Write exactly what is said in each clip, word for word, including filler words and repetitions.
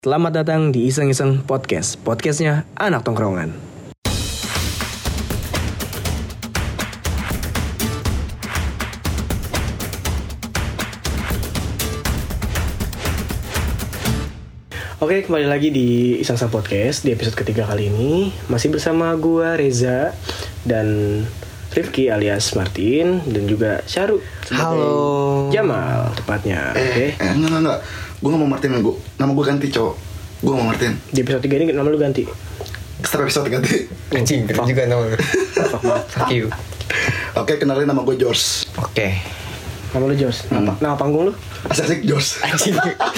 Selamat datang di Iseng-Iseng Podcast, podcastnya anak tongkrongan. Oke, kembali lagi di Iseng-Iseng Podcast di episode ketiga kali ini. Masih bersama gua Reza dan Rifki alias Martin dan juga Syaru. Halo Jamal tepatnya. Eh, Oke. eh enggak enggak enggak. Gue gak mau Martin, gue nama gue ganti cowok. Gue mau Martin. Di episode tiga ini nama lu ganti. Setiap episode ganti. Anjing, keren juga nama lu. Fuck you. Oke, kenalin nama gue George. Oke. Nama lu Jos. Hmm. Nama, nama panggung lu? Asik-asik George. Anjing.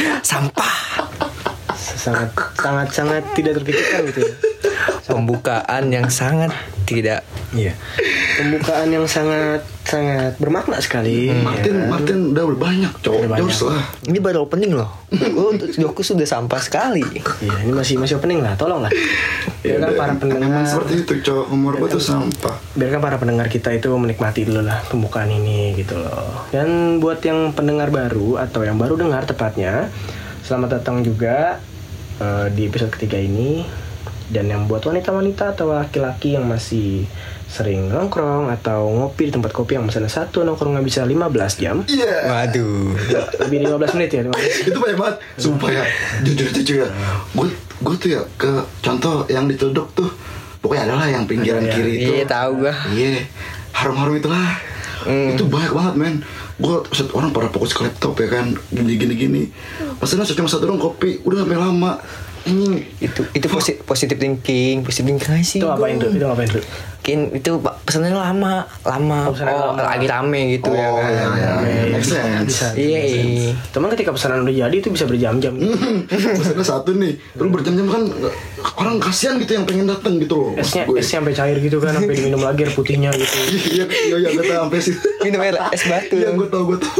Sampah. Sangat sangat sangat tidak terpikirkan gitu ya. Pembukaan yang sangat tidak. Iya. Pembukaan yang sangat sangat bermakna sekali. Hmm. Martin, ya. Martin udah banyak cowok. Udah banyak. George lah. Ini baru opening loh. Gue untuk Joko sudah sampah sekali. Iya, ini masih masih opening lah, tolong lah. Biarkan Ya, para emang pendengar seperti itu cowok. Umur gue tuh sampah. biarkan para pendengar kita itu menikmati dulu lah pembukaan ini gitu loh. Dan buat yang pendengar baru atau yang baru dengar tepatnya, selamat datang juga uh, di episode ketiga ini. Dan yang buat wanita-wanita atau laki-laki yang masih sering nongkrong atau ngopi di tempat kopi yang misalnya satu nongkrongnya bisa lima belas jam. Iya. Waduh. Lebih lima belas menit ya. lima belas. Itu banyak banget. Sumpah ya. Jujur jujur ya. Gue gue tuh ya ke contoh yang di Teluk tuh. Pokoknya adalah yang pinggiran Iya, kiri itu. Iya tahu gue. Iya. Harum-harum itulah. Hmm. Itu banyak banget men. Gue set orang pada fokus ke laptop ya kan. Gini-gini gini. Maksudnya cuma satu dong kopi. Udah sampai lama. Ini Itu itu posi- positive thinking, positive thinking aja sih. Itu ngapain tuh? Itu ngapain tuh? Mungkin itu pesannya lama, lama. Oh, pesannya Oh, lama. lagi rame gitu Oh, ya kan. iya, iya. Iya, Make bisa, sense. bisa. Iya. iya. Cuman ketika pesanan udah jadi itu bisa berjam-jam. Maksudnya satu nih. Lu berjam-jam kan orang kasihan gitu yang pengen datang gitu loh. Esnya, Maksud gue. esnya sampai cair gitu kan, sampai diminum lagi air putihnya gitu. Iya iya iya gue tau sampai sih. Minum air es batu. Iya gue tau gue tau.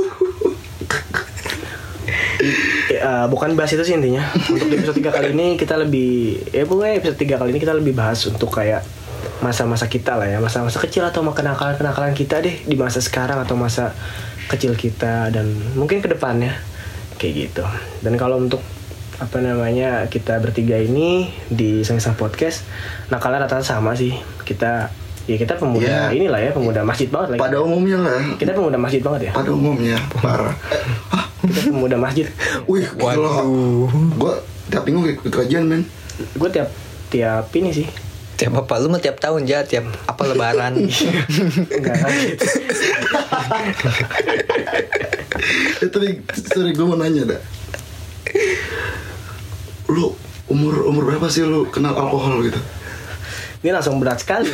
Ya, bukan bahas itu sih intinya. Untuk di episode tiga kali ini kita lebih, ya pokoknya episode tiga kali ini kita lebih bahas untuk kayak masa-masa kita lah ya, masa-masa kecil atau kenakalan-kenakalan kita deh di masa sekarang atau masa kecil kita dan mungkin ke depannya kayak gitu. Dan kalau untuk apa namanya kita bertiga ini di Iseng-Iseng Podcast, nakalnya rata-rata sama sih. Kita ya kita pemuda Ya. inilah ya, pemuda masjid banget lagi. Pada umumnya lah. Kita pemuda masjid banget ya. Pada umumnya parah. Hah? Kita pemuda masjid. Wih, gila. Gue tiap minggu ikut kajian men. Gue tiap tiap ini sih. Tiap apa? Lu mah tiap tahun aja, tiap apa lebaran. Enggak kan gitu. Eh tapi sorry gue mau nanya dah. Lu umur umur berapa sih lu kenal alkohol gitu? Ini langsung berat sekali.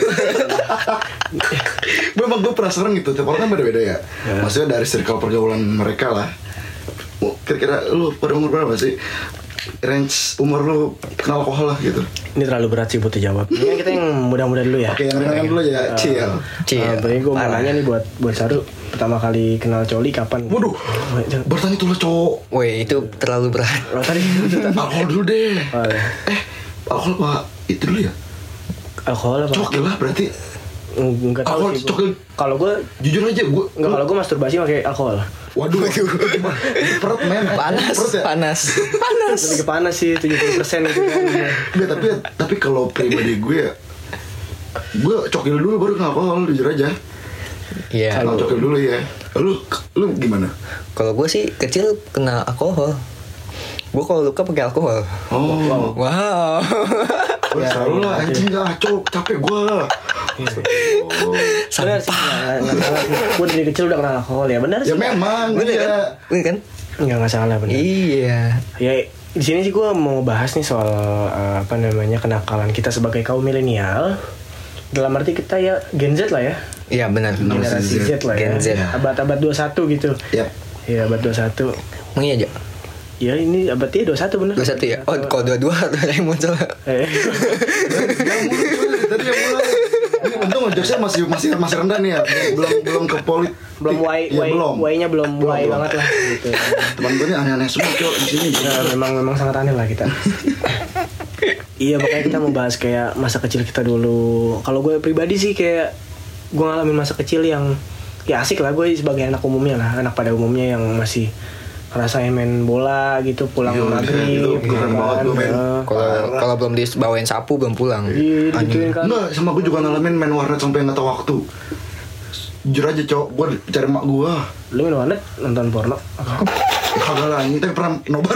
Memang gue penasaran gitu. Tiap orang kan beda-beda ya. Maksudnya dari circle pergaulan mereka lah. Kira-kira lu pada umur berapa sih? Range umur lu kenal alkohol lah gitu. Ini terlalu berat sih buat dijawab. Ini kita yang muda-muda dulu ya. Oke, yang ringan dulu ya, chill. Cil. Uh, Berarti gue mau Parah. nanya nih buat buat Saru, pertama kali kenal Coli kapan? Waduh, Oh, jangan- bertanya tuh lah cowok. Woi, itu terlalu berat. Oh, tadi Alkohol dulu deh. Oh, ya. Eh, alkohol apa? Itu dulu ya? Alkohol apa? Cokil lah berarti. Enggak tahu Alkohol, sih. gua. cokil. Kalau gue Jujur aja gue. enggak, kalau gue masturbasi pakai alkohol. Waduh, perut men. Panas, Perut ya? panas. Panas. Lebih ke panas sih tujuh puluh persen gitu kan. Nggak, tapi tapi kalau pribadi gue ya, gue cokil dulu baru kenal alkohol, jujur aja. Iya. Kenal cokil dulu ya. Lu lu gimana? Kalau gue sih kecil kena alkohol. Gue kalau luka pakai alkohol. Oh, Wow. gue selalu lah anjing gak cok, capek gue. Oh. Benar sih. Gue dari kecil udah kenal alkohol ya, benar sih. Ya memang, Bener iya. kan? Bener kan? Enggak enggak salah benar. Iya. Ya di sini sih gue mau bahas nih soal uh, apa namanya kenakalan kita sebagai kaum milenial. Dalam arti kita ya Gen Z lah ya, Iya benar. generasi Z, Z, lah ya, Gen Z. abad-abad dua puluh satu gitu. Yap. Ya abad dua puluh satu. Emang iya aja. Ya ini abadnya dua puluh satu bener. dua puluh satu ya? Oh, kalau dua puluh dua ada yang muncul. Eh, Yang mulai tadi yang mulai. Ini untung jokesnya masih masih masih rendah nih ya. Belum belum ke polit. belum Y, ya, Y, belum. Y-nya belum, Belum, Y belum. banget lah gitu. Teman gue nih aneh-aneh semua cok di sini. Nah, memang memang sangat aneh lah kita. Iya, makanya kita mau bahas kayak masa kecil kita dulu. Kalau gue pribadi sih kayak gue ngalamin masa kecil yang ya asik lah, gue sebagai anak umumnya lah, anak pada umumnya yang masih rasain main bola gitu pulang Iya, maghrib itu gitu keren banget kan. gua, men. Heeh. Kalau kalau belum dibawain sapu belum pulang. Iya, digituin kan. Enggak, sama gue juga ngalamin main warnet sampai nggak tahu waktu. Jujur aja cowok, gue cari mak gue. Lu main warnet nonton porno? Kagak lah, ini tapi pernah nobar.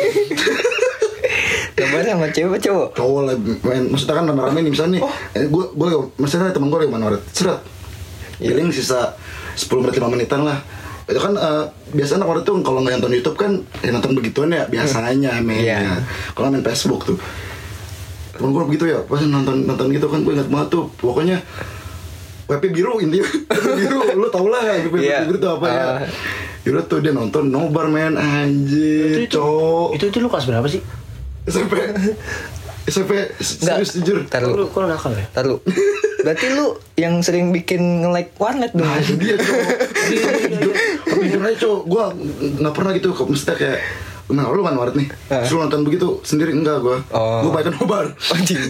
Nobar sama cewek cowok. Cowok lah main, maksudnya kan rame-rame nih misalnya nih. Eh, gue gue maksudnya temen gue lagi main warnet, seret. Giling sisa sepuluh menit lima menitan lah. Itu kan uh, biasanya anak warnet tuh kalau nggak nonton YouTube kan ya nonton begituan ya biasanya mainnya. Iya. Kalau main Facebook tuh. Temen gue begitu ya, pas nonton nonton gitu kan gue ingat banget tuh, pokoknya W P biru intinya. W P biru, lu tau lah W P Iya. biru itu apa ya. Uh. Yaudah tuh dia nonton nobar men, anjir, Itu, cowok. itu itu lu kelas berapa sih? S M P S M P serius jujur. Ntar Lu lu, kok nakal ya? ntar lu. Berarti lu yang sering bikin nge-like warnet dong. Nah itu dia cowok. Jujur, tapi jujur aja cowok, gue nggak pernah gitu, mesti kayak nah lu kan warnet nih, Uh. terus lu nonton begitu sendiri enggak gue, Oh. gue baikan nobar. Anjing.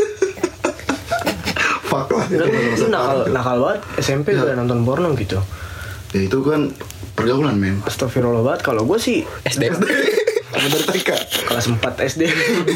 Fuck lah. Enggak, lu, Itu lu nakal, masa nakal banget S M P Iya. udah nonton porno gitu. Ya itu kan pergaulan men. Astagfirullah banget. Kalau gue sih S D. Sama dari T K. kelas empat S D.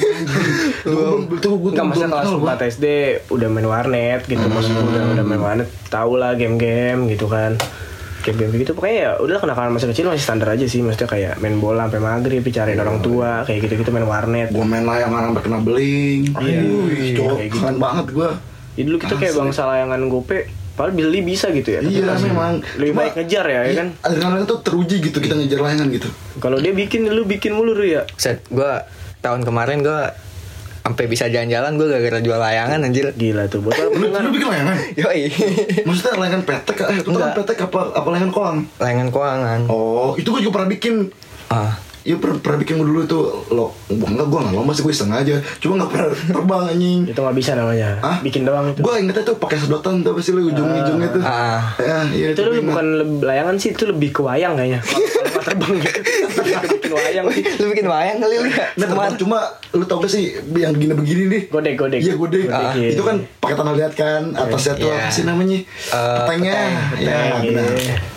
Lu itu gue Enggak masa kelas empat S D udah main warnet gitu, maksudnya udah udah main warnet, tau lah game-game gitu kan. Game-game gitu pokoknya ya udah kenakalan masa kecil masih standar aja sih, maksudnya kayak main bola sampai maghrib, dicariin orang tua, kayak gitu-gitu main warnet. Gue main layangan sampai kena beling. Iya. Wih, cowok Kayak gitu. keren banget gue. Jadi dulu kita kayak Asli. bangsa layangan gope, padahal beli bisa gitu ya. tapi Iya masih memang. lebih Cuma- baik ngejar ya, ya Iya, kan. adrenalin tuh teruji gitu kita ngejar layangan gitu. Kalau dia bikin, lu bikin mulu Ru, ya. Set, gua tahun kemarin gua sampai bisa jalan-jalan gua gara-gara jual layangan anjir. Gila tuh buat para Lu, pendengar. lu bikin layangan? Yoi. Maksudnya layangan petek? Eh, itu kan Enggak. petek apa apa layangan kolang? Layangan keuangan. Oh, itu gue juga pernah bikin. Ah. Iya pernah, pernah bikin dulu itu lo enggak gue nggak lomba sih gue iseng aja cuma nggak pernah terbang anjing. Itu nggak bisa namanya. Hah? Bikin doang itu. Gue ingetnya tuh pakai sedotan tuh apa sih lu ujung-ujungnya tuh. Ah. Ya, iya, Itu lu gua ingat. bukan leb- layangan sih, itu lebih ke wayang kayaknya. Kalau kalau nggak terbang gitu. Bikin wayang sih. Lu bikin wayang kali lu ya? Nah, terbang, cuma lu tau gak sih yang begini-begini nih. Godek, godek. Iya gue deh. Ah. Itu kan pakai tanah liat kan atasnya tuh Iya. apa sih namanya? Eh, Petengnya. Ya Iya. benar.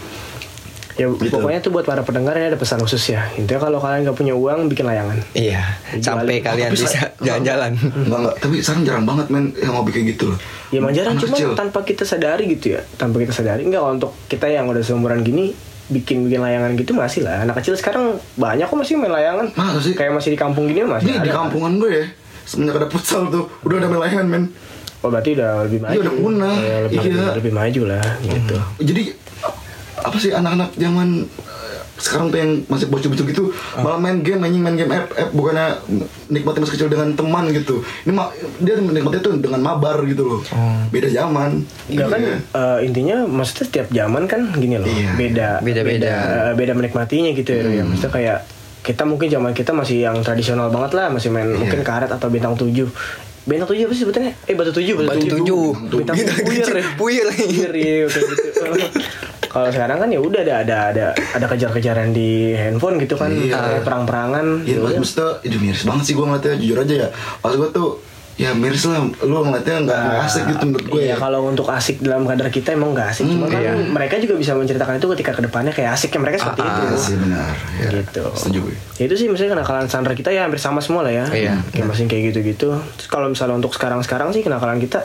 Ya Gitu. pokoknya tuh buat para pendengar ya ada pesan khusus ya. Intinya kalau kalian nggak punya uang, bikin layangan. Iya, sampai kalian Tapi bisa sa- jalan-jalan. Enggak enggak, tapi sekarang jarang banget men yang hobi kayak gitu loh. Ya emang jarang, Anak cuma kecil. tanpa kita sadari gitu ya. Tanpa kita sadari. Enggak, kalau untuk kita yang udah seumuran gini, bikin-bikin layangan gitu masih lah. Anak kecil sekarang banyak kok masih main layangan. Masa sih? Kayak masih di kampung gini masih Ini ada. di kampungan gue ya, semenjak ada futsal tuh, udah ada main layangan men. Oh berarti udah lebih maju. Iya, udah punah. Ya, lebih, Iya. lebih, lebih maju lah gitu. Jadi apa sih anak-anak zaman eh, sekarang tuh yang masih bocil-bocil gitu malah main game, anjing main game app, app bukannya nikmatin masa kecil dengan teman gitu. Ini mah dia menikmati tuh dengan mabar gitu loh. Beda zaman. Enggak kan Iya. eh, intinya maksudnya setiap zaman kan gini loh. Iya. Beda. Beda-beda. Beda, eh, beda menikmatinya gitu ya. Ru, ya. Maksudnya kayak kita mungkin zaman kita masih yang tradisional banget lah, masih main Iya. mungkin karet atau bintang tujuh. Bintang tujuh apa sih sebetulnya? Eh batu tujuh, Batu tujuh. Bintang tujuh puyir ya. Puyir. Puyir iya kayak gitu. Kalau sekarang kan ya udah ada ada ada ada kejar-kejaran di handphone gitu kan, Iya. kayak perang-perangan. Iya, Ya udah. maksudnya itu miris banget sih gue ngeliatnya, jujur aja ya. Pas gue tuh ya miris lah, lu ngeliatnya nggak nggak asik gitu menurut gue Iya, ya. kalau untuk asik dalam kadar kita emang gak asik. Cuma Hmm, kan iya. mereka juga bisa menceritakan itu ketika kedepannya kayak asiknya mereka seperti itu. Iya sih benar. Ya, Gitu. Setuju gue. Ya itu sih misalnya kenakalan sandra kita ya hampir sama semua lah ya. Iya. Kayak masih kayak gitu-gitu. Terus kalau misalnya untuk sekarang-sekarang sih kenakalan kita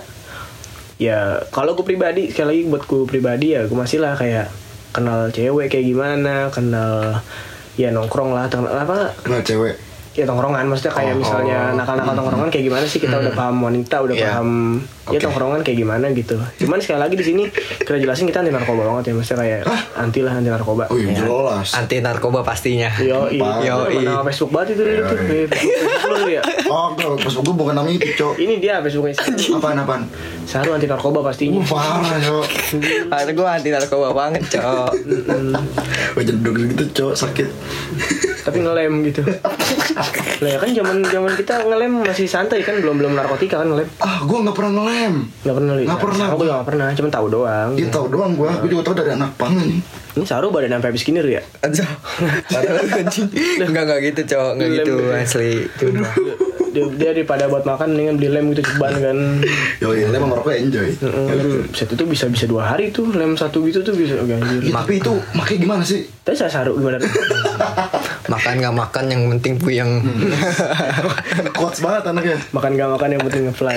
ya kalau gue pribadi sekali lagi buat gue pribadi ya gue masih lah kayak kenal cewek kayak gimana, kenal ya nongkrong lah, kenal apa Kenal cewek. ya tongkrongan, maksudnya kayak Oh, misalnya oh. nakal-nakal tongkrongan kayak gimana sih, kita udah paham wanita, udah Iya. paham ya Oke. tongkrongan kayak gimana gitu. Cuman sekali lagi di sini kita jelasin kita anti narkoba banget ya, maksudnya kayak anti lah anti narkoba. Oh iya Ya. jelas. Anti narkoba pastinya. Yo, iya, Yo, itu nama Facebook banget itu dulu tuh. Eh, Facebook lu ya. Oh, kalau pas gue bukan namanya itu, Cok. Ini dia Facebooknya Saru. Apaan apaan? Saru anti narkoba pastinya. Uh, parah, Cok. Karena gue anti narkoba banget, cok. Wah, jadi deg gitu, Cok, sakit. Tapi ngelem gitu. Lah ya kan zaman zaman kita ngelem masih santai kan, belum belum narkotika kan ngelem. Ah, gue nggak pernah ngelem. Nggak pernah lihat. Nggak pernah. Aku juga nggak pernah, cuma tahu doang. Dia tahu doang gue. Gue juga tahu dari anak pang nih. Ini Saru badan sampai habis gini ya. Anjir. Enggak enggak gitu, cok. Enggak gitu Lem. asli. Sumpah. dia, dia daripada buat makan mendingan beli lem gitu ceban kan. Yo ya lem sama rokok enjoy. Heeh. Set itu bisa bisa dua hari tuh lem satu gitu tuh bisa ganjil. Ya, tapi itu makanya gimana sih? Tapi saya saru gimana? Makan nggak makan yang penting puyeng. Quotes banget anaknya. Makan gak makan yang penting nge-fly.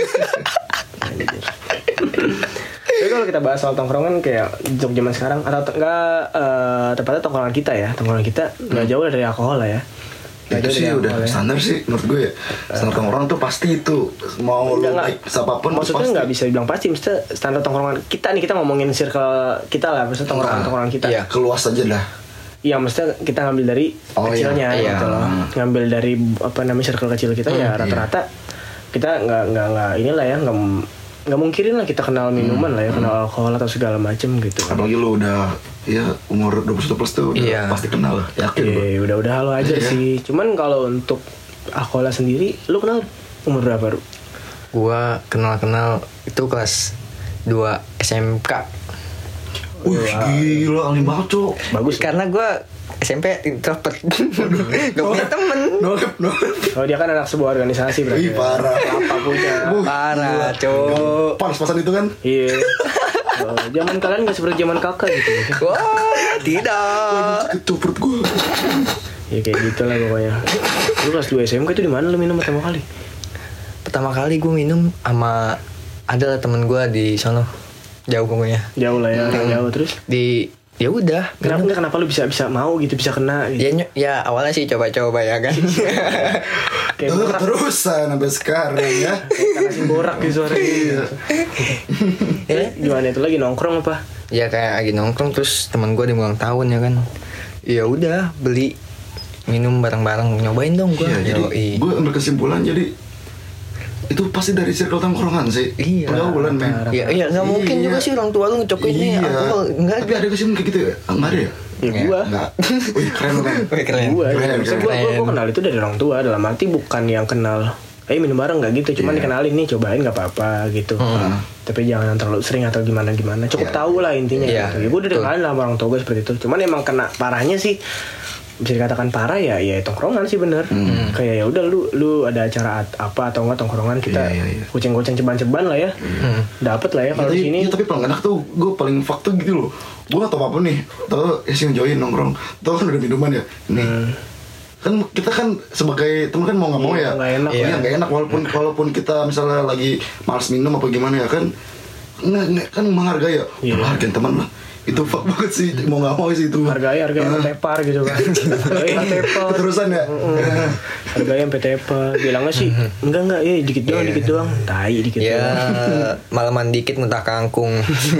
Tapi kalau kita bahas soal tongkrongan kayak jok zaman sekarang atau enggak uh, tepatnya tongkrongan kita ya, tongkrongan kita nggak jauh dari alkohol lah ya. Nggak Itu jauh sih dari udah alkohol ya. standar sih menurut gue ya. Standar tongkrongan tuh pasti itu mau lu Enggak, enggak. baik siapapun tuh Maksudnya pasti. nggak bisa dibilang pasti, maksudnya standar tongkrongan kita nih, kita ngomongin circle kita lah, maksudnya tongkrongan tongkrongan kita. Iya. Keluas aja lah. Iya, maksudnya kita ngambil dari Oh, kecilnya iya. gitu loh. Ngambil dari apa namanya circle kecil kita ya rata-rata kita nggak nggak nggak inilah ya nggak nggak mungkirin lah kita kenal minuman lah ya, kenal alkohol atau segala macem gitu. Apalagi lu udah ya umur dua puluh satu plus tuh udah Iya. pasti kenal lah, yakin gue. Iya, udah-udah halo aja Iya. sih. Cuman kalau untuk alkoholnya sendiri, lu kenal umur berapa, Ru? Gua kenal-kenal itu kelas dua S M K. Wih gila alim banget cok. Bagus. Karena gua S M P introvert. Gak punya temen. Nolep nolep. Oh, dia kan anak sebuah organisasi berarti. Ih parah. Apa punya? Wuh, Parah, gila. cok. Pas-pasan itu kan. Iya. Oh, zaman kalian nggak seperti zaman kakak gitu. Wah, tidak. Itu perut gue. Ya kayak gitulah pokoknya. Lu kelas dua S M K itu di mana lu minum pertama kali? Pertama kali gue minum sama ada temen gue di sono, jauh pokoknya. Jauh lah ya, jauh terus. Di ya udah. Kenapa minum. enggak kenapa lu bisa bisa mau gitu, bisa kena Ya, gitu. ny- ya awalnya sih coba-coba ya kan. Kayak Terus borak, terusan sampai sekarang ya. karena si borak gitu suaranya. Eh, gimana itu lagi nongkrong apa? Ya kayak lagi nongkrong terus teman gue di ulang tahun ya kan. Ya udah beli minum bareng-bareng, nyobain dong gue. Iya, jadi gue ambil kesimpulan jadi itu pasti dari circle tongkrongan sih. Iya. Pergaulan men. Iya, iya nggak mungkin Iya. juga sih orang tua lu ngecokokin Iya. alkohol. Enggak Tapi ada kesimpulan kayak gitu ya? Enggak ada ya? Ya gua. Enggak. Wih keren lu men. Wih, keren. Gua, Keren, ya, maksudnya gua, gua, keren. gua kenal itu dari orang tua, dalam arti bukan yang kenal eh minum bareng nggak gitu, cuman Iya. dikenalin nih, cobain nggak apa-apa gitu. Hmm. Tapi jangan yang terlalu sering atau gimana gimana, cukup Iya. tahu lah intinya. Iya, Gitu. Ya, gue udah betul. dikenalin sama orang tua gue seperti itu. Cuman emang kena parahnya sih, bisa dikatakan parah ya, ya tongkrongan sih bener. Hmm. Kayak ya udah lu lu ada acara at- apa atau enggak tongkrongan kita Iya, iya, iya. kucing-kucing ceban-ceban lah ya, dapet lah ya kalau di tapi, sini. ya, tapi paling enak tuh gue paling fuck tuh gitu loh. Gue gak tau apa nih. Tau ya sih join nongkrong. Tau kan udah minuman ya. Nih. Kan kita kan sebagai teman kan mau nggak mau Iya, ya. nggak enak. Iya nggak enak walaupun walaupun kita misalnya lagi malas minum apa gimana ya kan. Nggak, nggak, kan menghargai ya. Iya. Lu hargain teman lah. Itu fuck banget sih. Mau nggak mau sih itu. Harganya harganya Ah. sampai tepar gitu kan. Harganya tepar. Keterusan ya. Harganya sampai tepar. Bilangnya sih enggak enggak ya dikit doang Iya. dikit doang. Tai dikit Ya doang. malaman dikit muntah kangkung.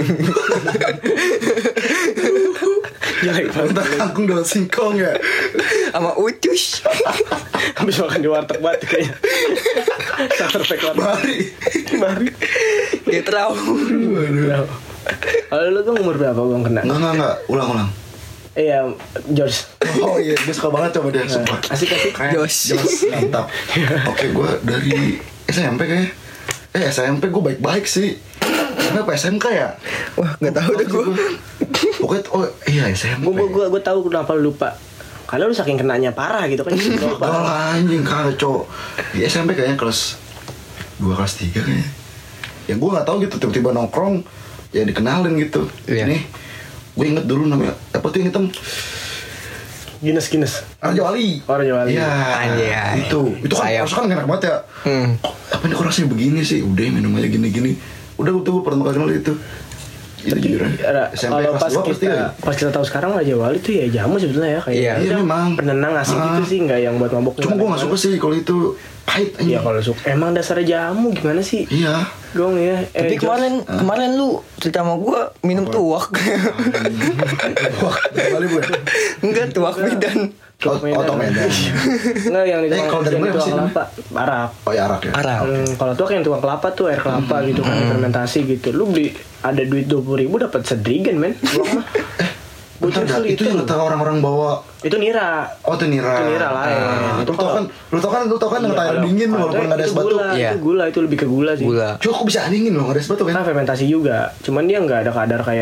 Jelek banget. Entah kangkung daun singkong ya. Sama ucus. Habis makan di warteg banget kayaknya. Starter pack warteg. Mari. Mari. Dia tahu. Waduh. Kalau lu tuh umur berapa bang kena? Enggak enggak enggak. Ulang ulang. Iya, George. Oh iya, gue suka banget coba dia sumpah. Asik asik. Keren. Jos. Jos, mantap. Oke, gue dari S M P kayaknya. Eh, S M P gue baik-baik sih. Kenapa S M K ya? Wah nggak tahu deh gue. Pokoknya, oh iya S M P. Gue gue gue tahu kenapa lu lupa. Karena lu saking kenanya parah gitu kan. Jadi lu lupa. Kalah anjing, kacau. Di S M P kayaknya kelas dua kelas tiga kayaknya. Ya gue gak tahu gitu, tiba-tiba nongkrong. Ya dikenalin gitu. Iya. Nih, gue inget dulu namanya. Apa tuh yang hitam? Guinness Guinness. Raja Wali. Oh, Raja Wali. Iya. Anjay. Itu. Itu kan Sayap. rasanya kan enak banget ya. Hmm. Apa nih kok rasanya begini sih? Udah minum aja gini-gini. Udah gue tuh pertama kali kenal itu. Itu jujur Ada- aja. S M P kalau kelas pas dua pasti kita ya. pas kita tahu sekarang Raja Wali tuh ya jamu sebetulnya ya kayak Iya. Iya, udah, memang. penenang asik Ah. gitu sih, nggak yang buat mabok. Cuma gue gak suka sih kalau itu pahit aja. Iya kalau suka emang dasar jamu gimana sih? Iya. Gong ya. Tapi Jos. kemarin kemarin lu cerita sama gue minum tuak. Wah, kali gue. Enggak tuak Medan. Oh, oh, Medan. Enggak yang di Eh, kalau dari yang mana tuang sih kelapa, arak. Oh ya arak ya. Arab. Hmm, kalau tuak yang tuang kelapa tuh air kelapa gitu kan fermentasi gitu. Lu beli ada duit dua puluh ribu dapat sedrigen men. Tuang mah. Bentar Bocor dah, itu seliter yang loh. kata orang-orang bawa. Itu nira. Oh itu nira. Itu nira lain. Ah, Itu lu tau kalau- kan, lu tau kan, lu tau kan Iya, ngetah air kalau- dingin kalau walaupun itu- nggak ada es itu batu. gula, Iya. Itu gula, itu lebih ke gula sih. Gula. Cuma kok bisa dingin loh, nggak ada es batu kan? Kan fermentasi juga. Cuman dia nggak ada kadar kayak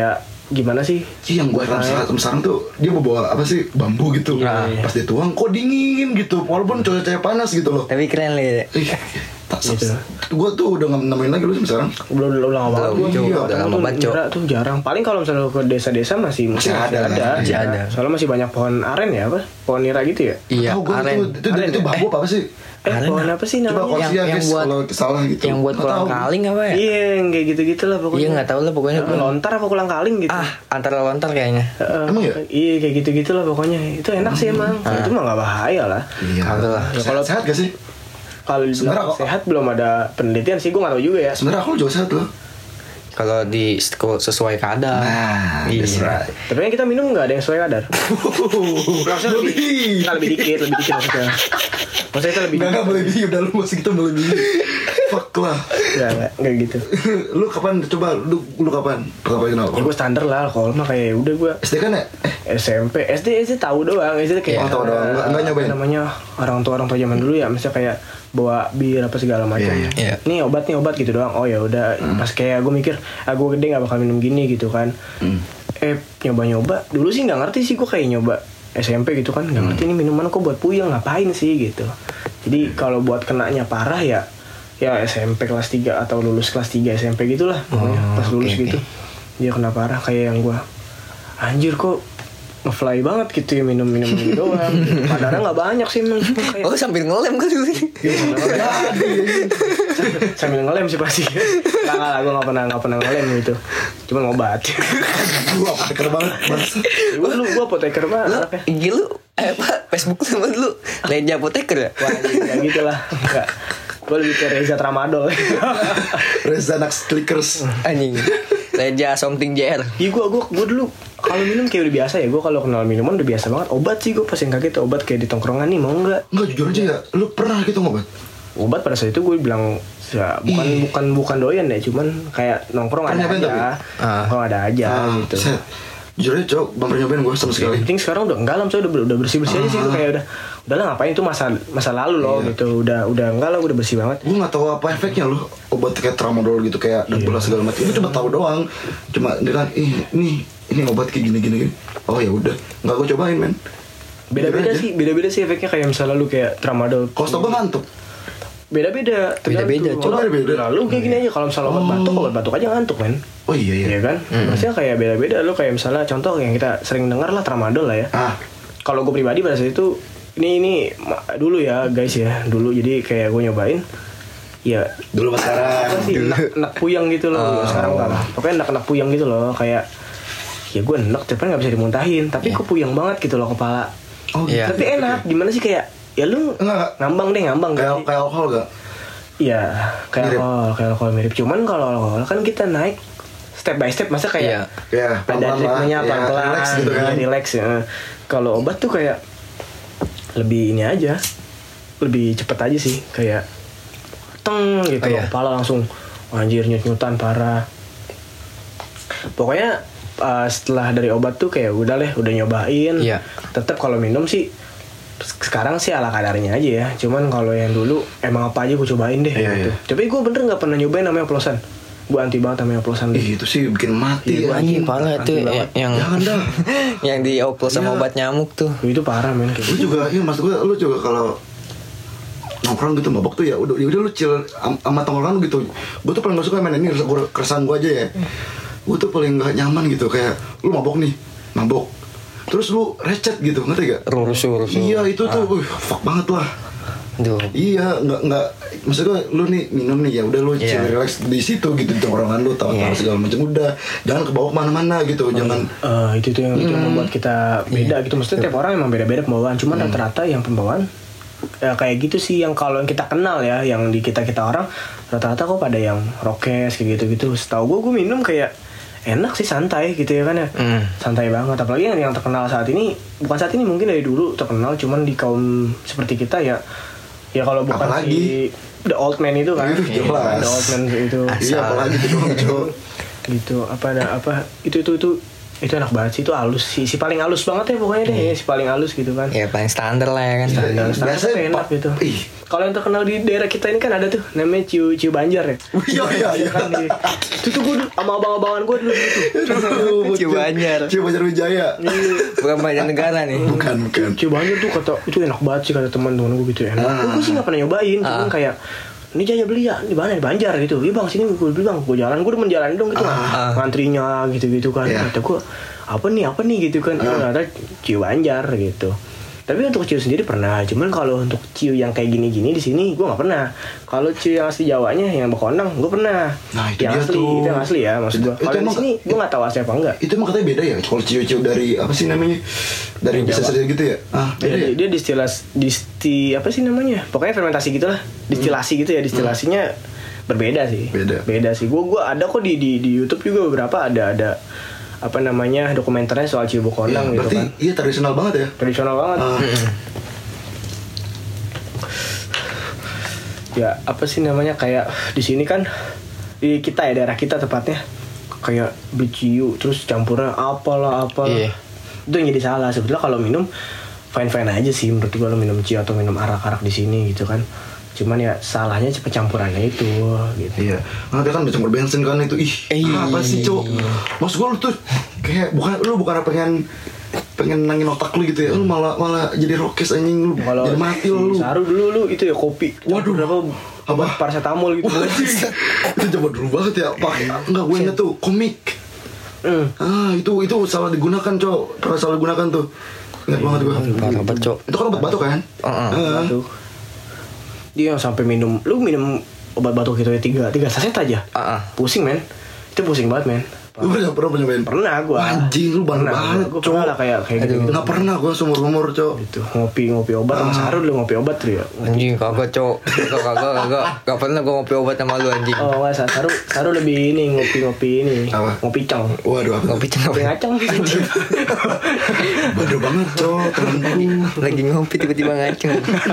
gimana sih? Iya, yang gue heran saat sekarang tuh dia bawa apa sih bambu gitu. Iya. Pas dituang kok dingin gitu, walaupun cuaca panas gitu loh. Tapi keren lah ya. Ih, tak Gitu. Gue tuh udah nggak nemuin lagi lu sekarang. Belum belum lama banget. Belum, gua. Cok. Iya, Udah lama tuh banget, Cok. nira tuh jarang. Paling kalau misalnya ke desa-desa masih masih, Masih ada, ada. masih Iya. ada. Soalnya masih banyak pohon aren ya apa? Pohon nira gitu ya? Iya, Tahu gue aren. itu itu, Aren itu ya? bambu apa sih? Eh, Aren pohon apa sih Coba namanya? koreksi Yang- ya yang guys buat- kalau salah gitu. Yang buat Nggak kolang tahu. kaling apa ya? Iya, yang kayak gitu-gitu lah pokoknya. Iya nggak tahu lah pokoknya. Eh, lontar apa kulang kaling gitu. Ah, antara lontar kayaknya. Heeh. Emang ya? Iya kayak gitu-gitu lah pokoknya. Itu enak sih emang. Itu mah nggak bahaya lah. Iya. Kagak lah. Ya, Sehat, kalau- sehat gak sih? Kalau Sebenarnya dibilang kok- sehat belum ada penelitian sih, gue nggak tahu juga ya. Sebenarnya aku juga sehat loh. Kalau di sesuai kadar. Nah, iya. that's right. Tapi yang kita minum nggak ada yang sesuai kadar. Maksudnya lebih, nggak lebih dikit, lebih dikit maksudnya. Maksudnya itu lebih Enggak, enggak boleh bihi, udah lu masih kita boleh bihi. Fuck lah. Nggak, nggak, nggak gitu. Lu kapan, coba, lu, lu kapan pertama kali kenal? Ya gue standar lah, alkohol mah kayak udah gue S D kan ya? Eh, S M P, S D S D tahu doang, S D kayak Oh, tahu doang. Nggak- nggak apa nyobain? namanya orang tua orang tua zaman dulu ya, misalnya kayak bawa bir apa segala macam. Iya, iya. Nih obat nih obat gitu doang. Oh ya udah, pas kayak gue mikir, ah gue gede nggak bakal minum gini gitu kan. Hmm. Eh nyoba nyoba, dulu sih nggak ngerti sih gue kayak nyoba S M P gitu kan, nggak ngerti ini minuman kok buat puyeng ngapain sih gitu. Jadi kalau buat kenanya parah ya ya S M P kelas tiga atau lulus kelas tiga S M P gitulah pokoknya Oh, pas lulus oke, gitu. Dia kena parah kayak yang gue anjir kok ngefly banget gitu ya minum-minum ini doang. Kadarnya nggak banyak sih emang cuma kayak Oh sambil ngelem kali ini. sambil ngelem sih pasti. Nggak nggak lah, gue nggak pernah nggak pernah ngelem gitu. Cuma ngobat. Gua apoteker banget, bangsa. Gue lu gue apoteker Lu banget anaknya. I G lu eh apa Facebook lu sama lu Leja Apoteker ya? Wah kayak gitu lah. Enggak. Gue lebih ke Reza Tramadol. Reza anak Slickers. Anjing. Leja something J R. Iya gue gue gue dulu kalau minum kayak udah biasa ya. Gue kalau kenal minuman udah biasa banget. Obat sih gue pas yang kaget obat kayak di tongkrongan nih mau nggak? Enggak, jujur aja ya, lu pernah gitu ngobat? Obat pada saat itu gue bilang ya, bukan Ih. bukan bukan doyan ya, cuman kayak nongkrong ada Pernah nyobain aja, tapi? Ah. nongkrong ada aja Ah, gitu. set. Jujur aja cowok, bang pernah nyobain gue sama sekali. Yang penting sekarang udah enggak lah, misalnya udah udah bersih bersih aja sih, gue kayak udah udahlah ngapain itu masa masa lalu loh Iya. gitu, udah udah enggak lah, gue udah bersih banget. Gue gak tahu apa efeknya loh, obat kayak tramadol gitu, kayak dan bola segala macam. Gue cuma tahu doang, cuma dia kan, ih ini ini obat kayak gini gini gini. Oh ya udah, nggak gue cobain men. Beda-beda Jujur aja. sih, beda-beda sih efeknya, kayak misalnya lu kayak tramadol. Kalau stok gue ngantuk. Beda-beda. Beda-beda, tergantung. coba Kalau- beda-beda. Lalu kayak gini aja, kalau misalnya obat Oh. batuk, obat batuk aja ngantuk men. Oh iya iya. Iya kan? Maksudnya kayak beda-beda. Lu kayak misalnya contoh yang kita sering dengar lah tramadol lah ya. Ah, Kalau gue pribadi pada saat itu ini ini ma- dulu ya guys ya, dulu jadi kayak gue nyobain ya dulu pas sekarang. apa sih enak, enak puyeng gitu loh. Sekarang enggak lah, pokoknya enak enak puyeng gitu loh, kayak ya gue enak tapi nggak bisa dimuntahin, tapi kok puyeng banget gitu loh kepala. Oh Iya. Tapi enak gimana sih, kayak ya lu Enggak. ngambang deh ngambang Kayak kan. kayak alkohol gak? Iya, kayak Mirip. alkohol, kayak alkohol mirip. Cuman kalau alkohol kan kita naik step by step, masa Iya. kayak Ya, ada pelan-pelan lah. ritmenya Ya, pelan-pelan, relax gitu kan. ya, relax ya. Kalau obat tuh kayak lebih ini aja, lebih cepet aja sih, kayak teng gitu Oh, loh, iya. kepala langsung anjir nyut-nyutan parah. Pokoknya uh, setelah dari obat tuh kayak udah deh, udah nyobain. Iya. Tetap kalau minum sih sekarang sih ala kadarnya aja ya. Cuman kalau yang dulu emang apa aja gue cobain deh Iya, gitu. iya. Tapi gue bener nggak pernah nyobain namanya oplosan. Gue anti banget namanya oplosan. Ih, itu sih bikin mati. Iya, Anjing parah Anti itu banget. yang yang, Jangan dah. yang dioplos sama Iya. obat nyamuk tuh. Itu parah men kayak Lu gitu. juga, iya maksud gue, lu juga kalau nongkrong gitu mabok tuh ya udah ya udah lu chill am- sama tongkrongan lu gitu. Gue tuh paling gak suka main ini, gue keresahan gue aja ya. Gue tuh paling gak nyaman gitu, kayak lu mabok nih, mabok. Terus lu recet gitu, ngerti gak? Rusuh rusuh. Iya itu tuh, uh, fuck banget lah. Duh. Iya, nggak nggak, maksud gue lu nih minum nih ya udah lu chill Iya. relax di situ gitu di tongkrongan lu, tawa-tawa Iya. segala macam udah, jangan kebawa kemana-mana gitu, jangan. Eh, itu tuh yang itu yang Hmm. membuat kita beda gitu. Maksudnya tiap orang emang beda-beda pembawaan. Cuman Hmm. rata-rata yang pembawaan ya kayak gitu sih, yang kalau yang kita kenal ya, yang di kita kita orang rata-rata kok pada yang rokes kayak gitu-gitu. Setahu gue gue minum kayak enak sih, santai gitu ya kan ya. Hmm. Santai banget, apalagi yang, yang terkenal saat ini, bukan saat ini mungkin dari dulu terkenal, cuman di kaum seperti kita ya ya kalau bukan Apalagi? si the old man itu kan. Iya, jelas. The old man itu Iya apalagi tuh doang, Cok. gitu apa ada apa itu itu itu Itu enak banget sih, itu halus sih, si paling halus banget ya pokoknya deh, si paling halus gitu kan. Ya paling standar lah ya kan. Standar, standar Biasanya tapi enak Pak, gitu. ih. Kalau yang terkenal di daerah kita ini kan ada tuh, namanya Ciu Ciu Banjar ya. Iya iya iya. Kan di, itu tuh gue dulu sama abang-abangan gue dulu gitu. Ciu Banjar. Ciu Banjar Wijaya. Bukan banyak negara nih. Bukan bukan. Ciu Banjar tuh kata itu enak banget sih kata teman-teman gue gitu enak. Ah. Gue sih nggak pernah nyobain, cuman Ah. kayak ini Jaya beli ya, di mana di Banjar gitu. Iya bang, sini gue beli bang, gue jalan, gue udah menjalani dong gitu kan. Ah. Ngantrinya gitu-gitu kan. Iya. Kata gue apa nih apa nih gitu kan. Ah. Ternyata Ciu Banjar gitu. Tapi untuk ciu sendiri pernah, cuman kalau untuk ciu yang kayak gini-gini di sini gue nggak pernah. Kalau ciu yang asli Jawanya yang Bekonang gue pernah. Nah, itu yang dia asli, tuh. itu yang asli ya maksud gue. Itu Kalau di emang- sini gue nggak tahu asli apa enggak. Itu emang katanya beda ya. Kalau ciu-ciu dari apa sih namanya? Dari Jawa. bisa gitu ya. Ah, beda Dia, ya. dia distilas, disti apa sih namanya? Pokoknya fermentasi gitulah, distilasi gitu ya, distilasinya berbeda sih. Beda. Beda sih. Gue gue ada kok di di di YouTube juga beberapa ada ada apa namanya dokumenternya soal ciu Iya, Bekonang gitu berarti kan. iya tradisional banget ya. Tradisional banget. Ah. Ya apa sih namanya kayak di sini kan di kita ya daerah kita tepatnya kayak beciu terus campurnya apalah apalah. Iya. Itu yang jadi salah sebetulnya. Kalau minum fine fine aja sih menurut gue, lo minum ciu atau minum arak-arak di sini gitu kan. Cuman ya salahnya campurannya itu gitu. Iya, karena dia kan bisa berbensin kan itu. Ih, Eh, apa sih cowok? Maksud gue lu tuh kayak bukan lu bukan pengen pengen nangin otak lu gitu ya. Lu malah malah jadi rokes anjing lu. Kalau Jadi mati si lu. Saru dulu lu itu ya kopi. Waduh. Berapa Apa? obat paracetamol gitu. Wah, itu coba dulu banget ya. Pakai enggak gue inget tuh komik. Hmm. Ah, itu itu salah digunakan, cowok. Pernah salah digunakan tuh. Ingat banget gue. Parah banget, Cok. Itu kan obat batuk kan? Heeh. Ah. Batuk. Dia yang sampai minum, lu minum obat batuk gitu ya tiga tiga saset aja. Ah, ah. Pusing men, itu pusing banget men. Lu pernah pernah nyobain? Pernah gua. Anjing, lu bandel banget, Gue cowok. pernah lah kayak kayak gitu. Nggak pernah gue seumur umur, cowok. Gitu ngopi ngopi obat sama Saru dulu ngopi obat tuh ya. Anjing kagak, Cok. Kagak kagak kagak. Gak pernah gue ngopi obat sama lu anjing. Oh nggak Saru Saru lebih ini ngopi ngopi ini. Apa? Ngopi cang. Waduh, apa? Ngopi ceng Ngopi ngacang. Bandel banget, cowok, temenku. lagi ngopi tiba-tiba ngaceng.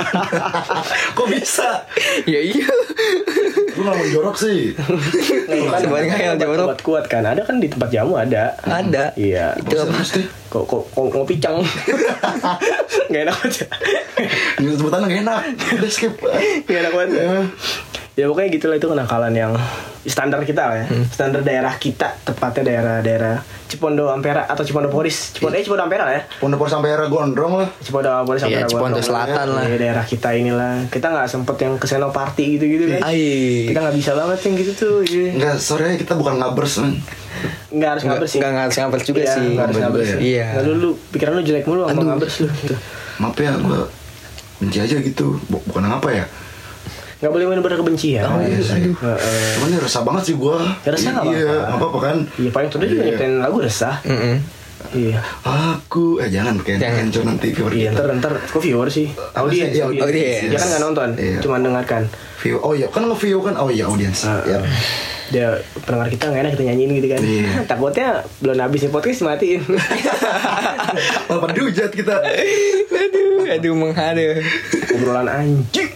Kok bisa? Ya iya. Lu gak mau jorok sih. Sebanyak yang obat, jorok. obat kuat kan ada kan di tempat jamu ada. Ada. Iya. Itu apa? Mesti. Kok kok kok ngopi cang. Gak enak aja. Ini sebutannya gak enak. Udah skip. Gak enak banget. Ya. Ya pokoknya gitulah, itu kenakalan yang standar kita lah ya. Hmm. Standar daerah kita, tepatnya daerah-daerah Cipondo Ampera atau Cipondo Poris. Cipondo eh Cipondo Ampera lah ya. Pondok sampai era gondrong lah. Cipondo Poris Iya, Ampera. Cipondo Gondrong Selatan lah. Ya, daerah kita inilah. Kita nggak sempet yang ke Seno Party gitu-gitu kan. Ai. Kita nggak bisa banget yang gitu tuh. Iya. Enggak, sorry kita bukan ngabers, man. Nggak harus Enggak ngabers sih. enggak harus ngabers juga Iya, sih. nggak harus ngabers ya. Iya. Nggak, lu, lu pikiran lu jelek mulu sama ngabers lu. Gitu. Maaf ya, gue benci aja gitu. Bu- Bukan apa ya. Nggak boleh bener-bener kebencian. Oh, iya sih. Heeh. Cuman ini resah banget sih gue. Ya, resah nggak Iya, apa-apa. nggak apa-apa kan. Iya paling tuh dia juga Iya. nyiptain lagu resah. Mm-mm. Iya. Aku, eh jangan kayak Jangan. jangan nanti viewer Iya kita. ntar ntar kok viewer sih. Apa sih? Audiens. Iya, audiens. audiens. Dia kan nggak nonton, Iya. cuma dengarkan. View, oh iya kan nge-view kan, oh iya audiens. Ah. Ya. Dia pendengar kita nggak enak kita nyanyiin gitu kan. Iya. Takutnya belum habis nih podcast dimatiin. Malah pada dihujat kita. Aduh, aduh menghada. Obrolan anjing.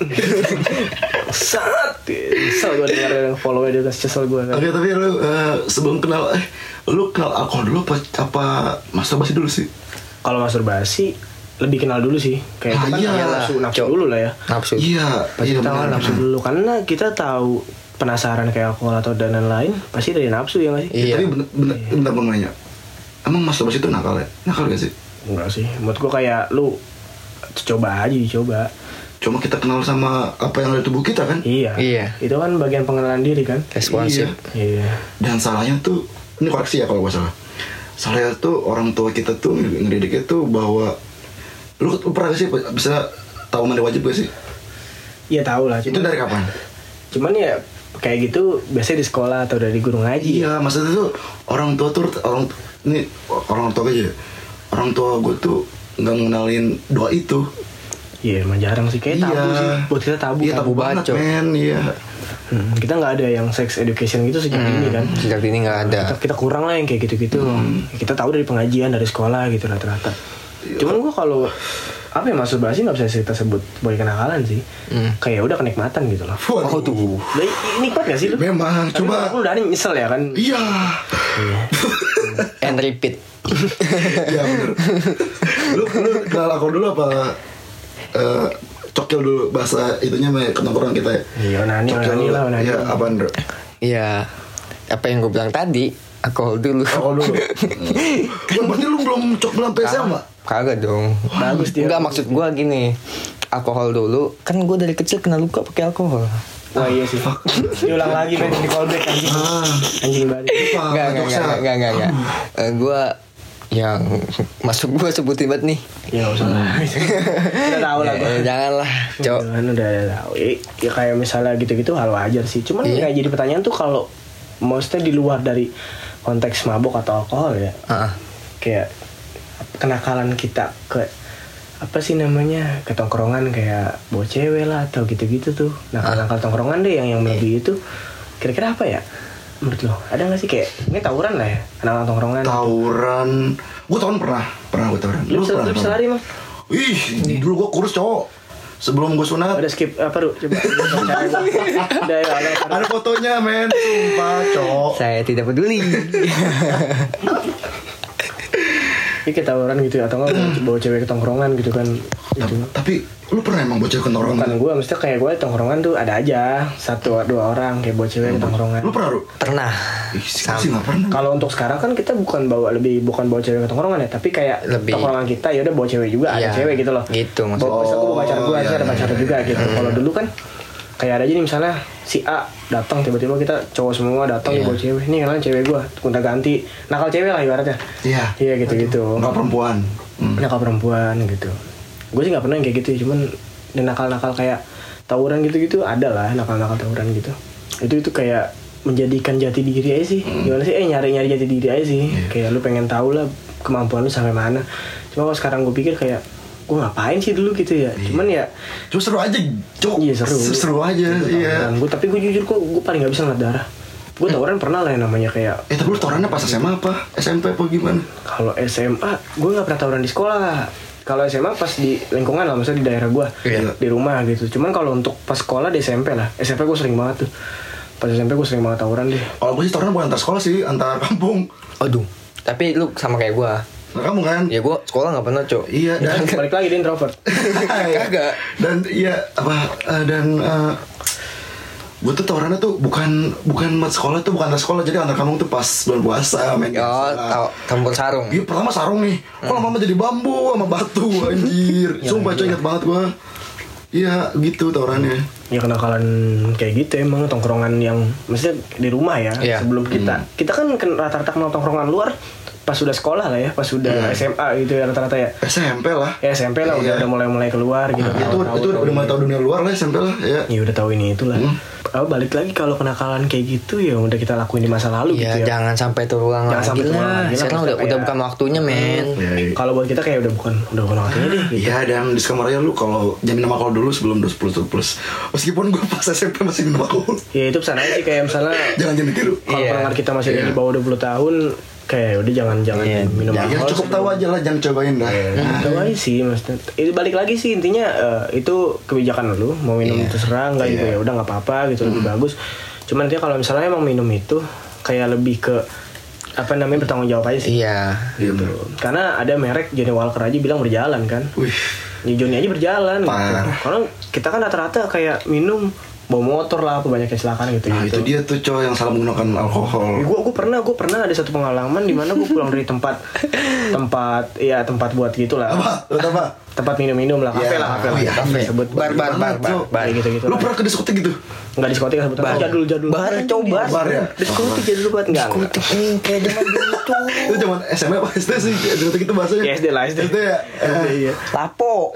Sat. Kesel gue denger yang follow dia kesel gue kan. Oke, tapi lu eh, sebelum kenal, eh lu kenal alkohol dulu apa, apa masturbasi dulu sih? Kalau masturbasi lebih kenal dulu sih. Kayak Ah, itu kan iya. nafsu, nafsu Cok. dulu lah ya. Nafsu. Iya, Pasti iya kita benar, nafsu benar. dulu karena kita tahu penasaran kayak alkohol atau dan lain-lain pasti dari nafsu ya nggak sih? Iya. Tapi bener, bener, bentar mau nanya. Emang masturbasi itu nakal ya? Nakal gak sih? Enggak sih. Menurut gue kayak lu coba aja dicoba. Cuma kita kenal sama apa yang ada di tubuh kita kan? Iya. Iya. Itu kan bagian pengenalan diri kan? Responsif. Iya. Dan salahnya tuh, ini koreksi ya kalau gue salah. Salahnya tuh orang tua kita tuh ngedidiknya tuh bahwa lu, lu pernah gak sih bisa tahu mandi wajib gak sih? Iya tahu lah. Itu dari kapan? Cuman ya kayak gitu biasanya di sekolah atau dari guru ngaji. Iya, maksudnya tuh orang tua tuh orang ini orang tua aja. Ya. Orang tua gue tuh nggak ngenalin doa itu. Iya, emang jarang sih. Kayak tabu sih. Buat kita tabu. Iya, tabu, Tabu banget, banget, men. Iya. Hmm, kita nggak ada yang sex education gitu sejak Hmm, ini kan. sejak ini nggak ada. Kita, kita kurang lah yang kayak gitu-gitu. Kita tahu dari pengajian, dari sekolah gitu rata-rata. Cuman gua kalau apa ya masturbasi nggak bisa kita sebut sebagai kenakalan sih. Hmm. Kayak udah kenikmatan gitu loh. Waduh. Oh tuh. Lah, nikmat gak sih lu? Memang, Tapi coba. aku udah nyesel ya kan. Iya. Iya. and repeat. Iya bener. Lu lu kenal alkohol dulu apa uh, cokil dulu bahasa itunya me ketongkrongan kita ya? Iya, onani, onani lah, onani. Iya, apaan, Bro? Iya, apa yang gue bilang tadi, alkohol dulu. Alkohol dulu. Wah, berarti lu belum cok belum P S M, Pak? Kagak dong. Bagus dia. Enggak, maksud gue gini, alkohol dulu. Kan gue dari kecil kena luka pakai alkohol. Wah iya sih. Diulang lagi men di callback anjing. Anjing banget. Enggak, enggak, enggak, enggak, enggak, enggak. Uh, gue yang masuk gue sebutin banget nih. Ya enggak usah lah. Udah tahu lah gue. Ya, janganlah, Cok. Kan udah tahu. Ya kayak misalnya gitu-gitu hal wajar sih. Cuman Iya. kayak jadi pertanyaan tuh kalau maksudnya di luar dari konteks mabuk atau alkohol ya. Heeh. Kayak kenakalan kita ke apa sih namanya ke tongkrongan kayak bawa cewek lah atau gitu-gitu tuh. Nah kalau nakal tongkrongan deh yang yang lebih itu kira-kira apa ya menurut lo? Ada nggak sih kayak ini tawuran lah ya anak-anak tongkrongan? Tawuran. Gue tawuran pernah, pernah gue tawuran. Lu bisa lu bisa lari mah? Ih, dulu gue kurus cowok. Sebelum gue sunat. Ada skip apa lu? Coba. Udah ya ada. Ada fotonya men, sumpah cowok. Saya tidak peduli. Ini kayak tawuran gitu ya atau nggak bawa cewek ke tongkrongan gitu kan? Gitu. Tapi lu pernah emang bocah ke tongkrongan? Bukan gue, maksudnya kayak gue tongkrongan tuh ada aja satu dua orang kayak bawa cewek ke tongkrongan. Lu pernah, Ru? Pernah. Ih, sih nggak pernah. Kalau untuk sekarang kan kita bukan bawa lebih bukan bawa cewek ke tongkrongan ya, tapi kayak Lebih. tongkrongan kita ya udah bawa cewek juga, Iya. ada cewek gitu loh. Gitu maksudnya. Bawa misalnya gue bawa pacar gue, Oh, ada iya, pacar iya. juga gitu. Kalau dulu kan kayak ada aja nih misalnya si A datang tiba-tiba kita cowok semua datang Iya. bawa cewek. Nih kenalan cewek gue, gonta ganti, nakal cewek lah ibaratnya. Iya. Iya gitu-gitu. Enggak perempuan. Hmm. Nakal perempuan gitu. Gue sih nggak pernah yang kayak gitu, cuman dan nakal-nakal kayak tawuran gitu-gitu ada lah, nakal-nakal tawuran gitu. Itu itu kayak menjadikan jati diri aja sih. Gimana sih? Eh nyari-nyari jati diri aja sih. Kayak lu pengen tahu lah kemampuan lu sampai mana. Cuma kalau sekarang gue pikir kayak gue ngapain sih dulu gitu ya. Cuman ya Cuma seru aja, cok. iya seru. Seru aja, iya. Gue tapi gue jujur kok gue paling nggak bisa ngeliat darah. Gue tawuran pernah lah yang namanya kayak Eh tapi lu tawurannya pas S M A apa? S M P apa gimana? kalau S M A gue nggak pernah tawuran di sekolah. Kalau S M A pas di lingkungan lah, maksudnya di daerah gue, Iya. di rumah gitu. Cuman kalau untuk pas sekolah di S M P lah, S M P gue sering banget tuh. Pas S M P gue sering banget tawuran deh. Kalau gue sih tawuran bukan antar sekolah sih, antar kampung. Aduh. Tapi lu sama kayak gua. Nah kamu kan? Ya gua sekolah nggak pernah, Cok. Iya dan Balik lagi dia introvert. Kagak. Dan iya apa eh, dan uh, gue tuh tawurannya tuh bukan bukan mat sekolah tuh bukan antar sekolah, jadi antar kampung tuh pas bulan puasa main Oh, biasa. tahu campur sarung. Iya pertama sarung nih, kok lama-lama jadi bambu sama batu anjir. Sumpah coy inget banget gue. Iya gitu tawurannya. Ya kenakalan kayak gitu emang tongkrongan yang maksudnya di rumah ya. Iya. Sebelum kita, kita kan ken- rata-rata kenal tongkrongan luar pas sudah sekolah lah ya, pas sudah S M A gitu ya rata-rata ya. S M P lah. Ya S M P lah udah Iya. udah mulai-mulai keluar gitu. Itu Tahu-tahu, itu tahu udah mulai ini. tahu dunia luar lah S M P lah ya. Ya udah tahu ini itulah. Hmm. Oh, balik lagi kalau kenakalan kayak gitu ya udah kita lakuin di masa lalu Iya, gitu ya. jangan sampai terulang Jangan lagi sampai terulang lah. lagi lah, Sekarang udah maksudnya udah kayak- bukan waktunya, men. Iya, iya. Kalau buat kita kayak udah bukan udah bukan waktunya deh gitu. Iya dan di Skamaraya lu kalau jamin nama alkohol dulu sebelum dua puluh plus. Meskipun gue pas S M P masih minum alkohol. Ya itu pesan aja sih kayak misalnya Jangan jangan ditiru. kalau Iya. pendengar kita masih ada Iya. di bawah dua puluh tahun kayak udah jangan jangan Iya. minum Ya, ya alkohol. cukup tahu aja lah, jangan cobain dah. Tahu aja sih maksudnya. Itu balik lagi sih intinya eh, itu kebijakan lu mau minum Iya. terserah enggak juga Iya. ya udah nggak apa-apa gitu lebih bagus. Cuman dia kalau misalnya emang minum itu kayak lebih ke apa namanya bertanggung jawab aja sih. Iya. Iya bener. Karena ada merek Johnny Walker aja bilang berjalan kan. Wih. Ya Johnny aja berjalan gitu. Parah. Karena kita kan rata-rata kayak minum bawa motor lah apa banyak kecelakaan gitu Nah gitu. itu dia tuh cowok yang salah menggunakan alkohol. Gue gue pernah gue pernah ada satu pengalaman di mana gue pulang dari tempat tempat ya tempat buat gitulah Apa? Lu tau apa? tempat minum-minum lah kafe Ya, lah kafe oh lah iya, kafe iya. sebut Bar, bar, bar, bar, bar. gitu gitu Lu pernah ke diskotik gitu? nggak diskotik sebut Bar. jadul jadul Bar, coba. Bar ya? diskotik jadul banget nggak nggak. Hmm, kayak zaman dulu tuh. Itu zaman S M A apa S D sih? Diskotik itu bahasanya. Ya S D lah S D S D ya? S D iya Lapo.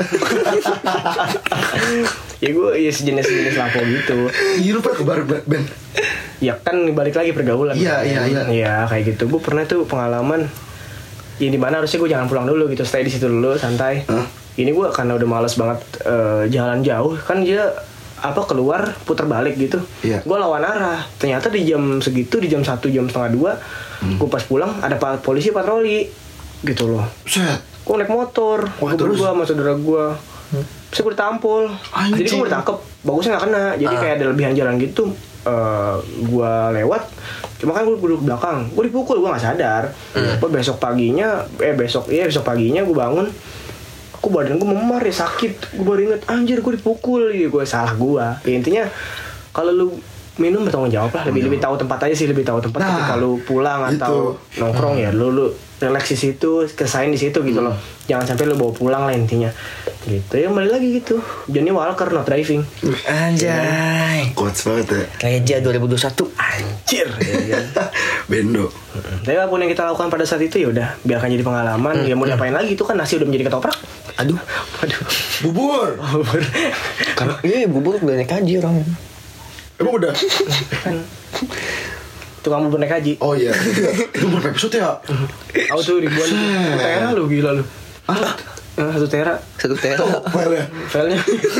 ya gue ya sejenis sejenis lapo gitu Iya lu pernah ke bar band? ya kan balik lagi pergaulan Iya, iya, iya. iya kayak gitu gue pernah tuh pengalaman ya di mana harusnya gue jangan pulang dulu gitu stay di situ dulu santai Hah? ini gue karena udah males banget eh, jalan jauh kan dia apa keluar putar balik gitu Iya. gue lawan arah ternyata di jam segitu di jam satu jam setengah dua Hmm. gue pas pulang ada pa- polisi patroli gitu loh Set. gue naik motor Wah, gue terus? berdua sama saudara gue terus gue ditampol Anjing. jadi gue ditangkep bagusnya nggak kena jadi Ah. kayak ada lebihan jalan gitu eh gue lewat Cuma kan gue duduk belakang, gue dipukul, gue nggak sadar. Hmm. Besok paginya, eh besok iya besok paginya gue bangun, aku badan gue memar ya sakit. Gue baru inget anjir gue dipukul, ya gue salah gue. Ya, intinya kalau lu minum bertanggung jawab lah, lebih lebih tahu tempat aja sih, lebih tahu tempat. Nah, ketika lu pulang gitu. Atau nongkrong hmm. ya lu lu relax di situ, kesain di situ gitu hmm. loh. Jangan sampai lu bawa pulang lah intinya. Gitu ya, kembali lagi gitu. Johnny Walker not driving. Anjay. Quotes banget ya. Reja dua ribu dua puluh satu. Anjir. Ya, Bendo. Tapi apapun yang kita lakukan pada saat itu ya udah biarkan jadi pengalaman. Hmm. Ya mau diapain lagi, itu kan nasi udah menjadi ketoprak. Aduh, aduh. Bubur. Bubur. Karena iya bubur udah naik haji orang. Emang udah? Kan tukang bubur naik haji. Oh iya. Itu berapa episode ya? Aku tuh ribuan. Satu tera lu gila lu. Ah, satu tera. Satu tera. oh, filenya. Filenya.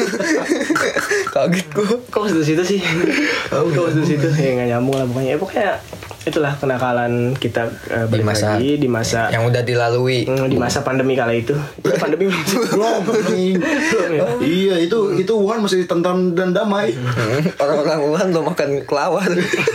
Kaget gua. Kok situ-situ sih? Kok situ-situ? Ya nggak nyambung lah pokoknya. Ya pokoknya itulah kenakalan kita uh, di masa lagi, di masa yang udah dilalui. Mm, di masa pandemi kala itu. Itu pandemi belum. Iya, itu itu Wuhan masih tentram dan damai. Orang-orang Wuhan belum makan kelawar.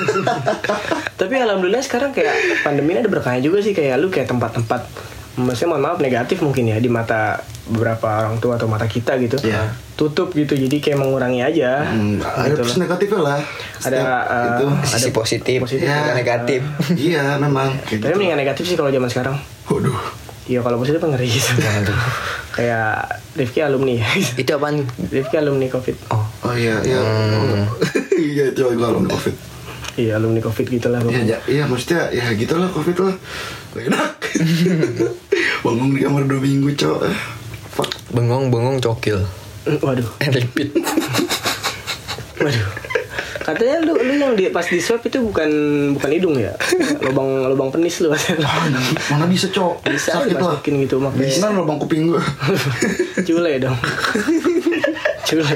Tapi alhamdulillah sekarang kayak pandemi ini ada berkahnya juga sih, kayak lu kayak tempat-tempat, maksudnya mohon maaf negatif mungkin ya di mata beberapa orang tua atau mata kita gitu. Yeah. Tutup gitu, jadi kayak mengurangi aja. Hmm, ada gitu plus negatifnya lah. Ada uh, itu sisi positif, positif ya, negatif. Uh, iya memang. Tapi gitu. Mendingan negatif sih kalau zaman sekarang. Waduh. Iya kalau positif kan ngeri gitu. Kayak Rifki alumni. Itu apaan? Rifki alumni COVID. Oh, oh iya iya. Hmm. Iya itu juga alumni COVID. Iya alumni COVID gitulah. Iya iya maksudnya ya gitulah COVID lah. Gak enak. Bangun di kamar dua minggu cok. Fuck. Bengong-bengong cokil. Waduh. And repeat. Waduh. Katanya lu lu yang di, pas di swab itu bukan bukan hidung ya, lubang lubang penis lu. Mana bisa cok? Bisa sakit lah. Masukin gitu makanya. Bisa lubang kuping gua. Cule dong. Cule.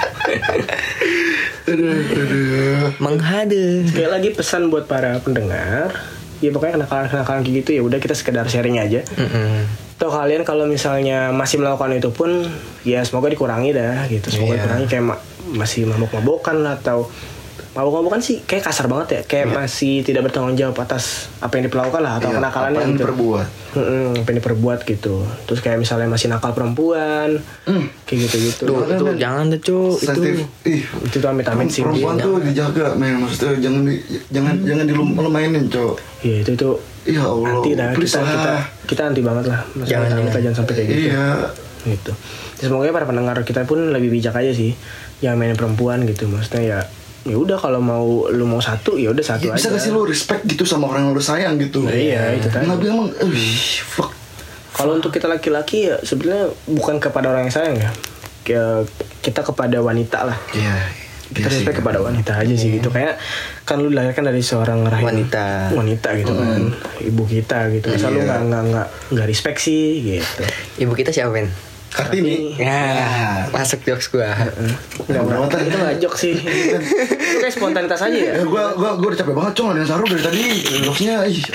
Aduh, aduh. Menghade. Sekali lagi pesan buat para pendengar, ya pokoknya kenakalan-kenakalan kayak gitu ya udah kita sekedar sharing aja. Mm-mm. Atau kalian kalau misalnya masih melakukan itu pun ya semoga dikurangi dah gitu. Semoga yeah. dikurangi kayak ma- masih mabok-mabokan lah atau mabok-mabokan sih kayak kasar banget ya, kayak yeah. masih tidak bertanggung jawab atas apa yang diperlakukan lah atau yeah, kenakalannya apa yang gitu. diperbuat. Mm-mm, apa yang diperbuat gitu. Terus kayak misalnya masih nakal perempuan, mm. kayak gitu-gitu. Tuh, itu men. Jangan deh cu, itu ih, itu tuh amit-amit sih. Perempuan tuh dijaga, men. Maksudnya jangan di, jangan hmm. jangan dilemainin, cok. Iya itu itu. Ya Allah. Anti dah kita, kita kita anti banget lah. Maksudnya jangan, jangan. Kita jangan sampai kayak gitu. Iya. Gitu. Ya, semoga para pendengar kita pun lebih bijak aja sih. Jangan mainin perempuan gitu. Maksudnya ya ya udah kalau mau lu mau satu ya udah satu ya, aja. Bisa gak sih lu respect gitu sama orang yang lu sayang gitu? Nah, iya itu tadi. Nggak bilang, eh, fuck. Kalau untuk kita laki-laki ya sebenarnya bukan kepada orang yang sayang ya. Kita kepada wanita lah. Iya. Kita respect kan kepada wanita aja sih gitu. Kayak kan lu dilahirkan dari seorang rahim wanita wanita gitu kan, mm. ibu kita gitu. Masa lu nggak nggak nggak nggak respect sih gitu. Ibu kita siapa Ben? Kartini. Ya, masuk jokes gua. Nggak berapa itu nggak jokes sih. Itu kayak spontanitas aja ya. Ya gua gua gua udah capek banget cong dengan Saru dari tadi. Jokesnya ih.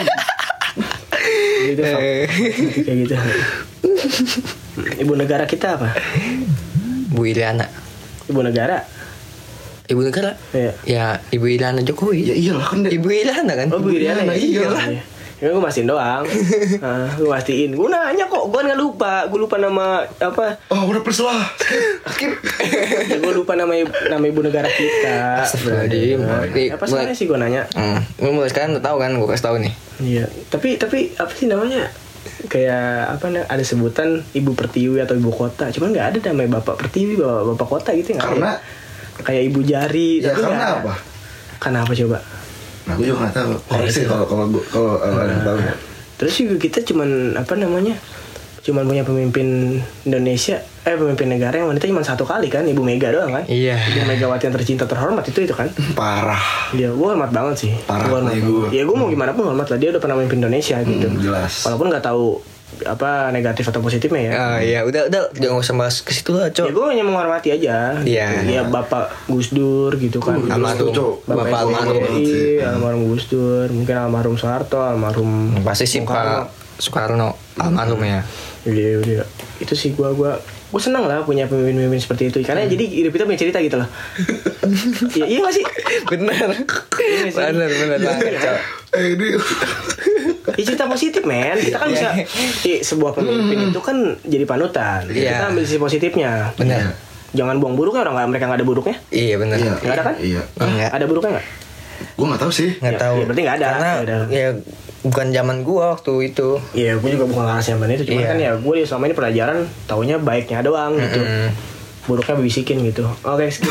Gitu kayak gitu. Ibu negara kita apa? Bu Iliana. Ibu negara. Ibu negara? Iya. Ya, Ibu Iliana Jokowi. Ya iyalah kan deh. Ibu Iliana kan? Oh, Bu Iliana. Iyalah. Ya gue mastiin doang. Nah, gue mastiin. Gue nanya kok, gue nggak lupa. Gue lupa nama apa? Oh, udah please lah. Skip. Ya, gue lupa nama nama ibu negara kita. Astagfirullahaladzim. Apa sebenarnya sih gue nanya? Hmm. Gue mulai sekarang udah tahu kan, gue kasih tahu nih. Iya. Tapi tapi apa sih namanya? Kayak apa nih? Ada sebutan ibu pertiwi atau ibu kota. Cuman nggak ada namanya bapak pertiwi, bapak bapak kota gitu nggak? Karena kayak ibu jari. Ya karena apa? Karena apa coba? Nah, gue juga nggak tahu. Kalau sih kalau kalau kalau ada yang tahu ya. Terus juga kita cuman apa namanya? Cuman punya pemimpin Indonesia, eh pemimpin negara yang wanita cuma satu kali kan, Ibu Mega doang kan? Iya. Ibu Megawati yang tercinta terhormat itu itu kan? Parah. Dia gue hormat banget sih. Parah Gua hormat. gue. Ya gue mau gimana pun hormat lah, dia udah pernah memimpin Indonesia gitu. Hmm, jelas. Walaupun nggak tahu apa negatif atau positifnya ya. Ah iya, udah udah jangan usah bahas ke situ lah, Cok. Ya gue hanya menghormati aja. Iya. Gitu. Ya Bapak Gus Dur gitu kan. Uh, almarhum Bapak, Bapak almarhum. almarhum Gus Dur, mungkin almarhum Soeharto, almarhum pasti sih Pak Soekarno almarhum ya. Iya, udah. Itu sih gua gua gue senang lah punya pemimpin-pemimpin seperti itu karena jadi hidup kita punya cerita gitu loh. Iya iya gak sih? Bener. Bener bener banget, Cok. Eh ini Ya cerita positif men. Kita kan bisa eh, sebuah pemimpin itu kan jadi panutan. Jadi Iya. kita ambil sisi positifnya. Bener. Jangan buang buruknya, orang mereka nggak ada buruknya. Iya bener. Iya. Nggak ada kan? Iya. Enggak. Ada buruknya nggak? Gue nggak tahu sih. Nggak Ya, tahu. ya berarti nggak ada. Karena Nggak ada. ya bukan zaman gua waktu itu. Iya, gue juga bukan ngerasain zaman itu. Cuma Iya. kan ya gue selama ini pelajaran taunya baiknya doang gitu. Mm-mm. Buruknya bisikin gitu. Oke, skip.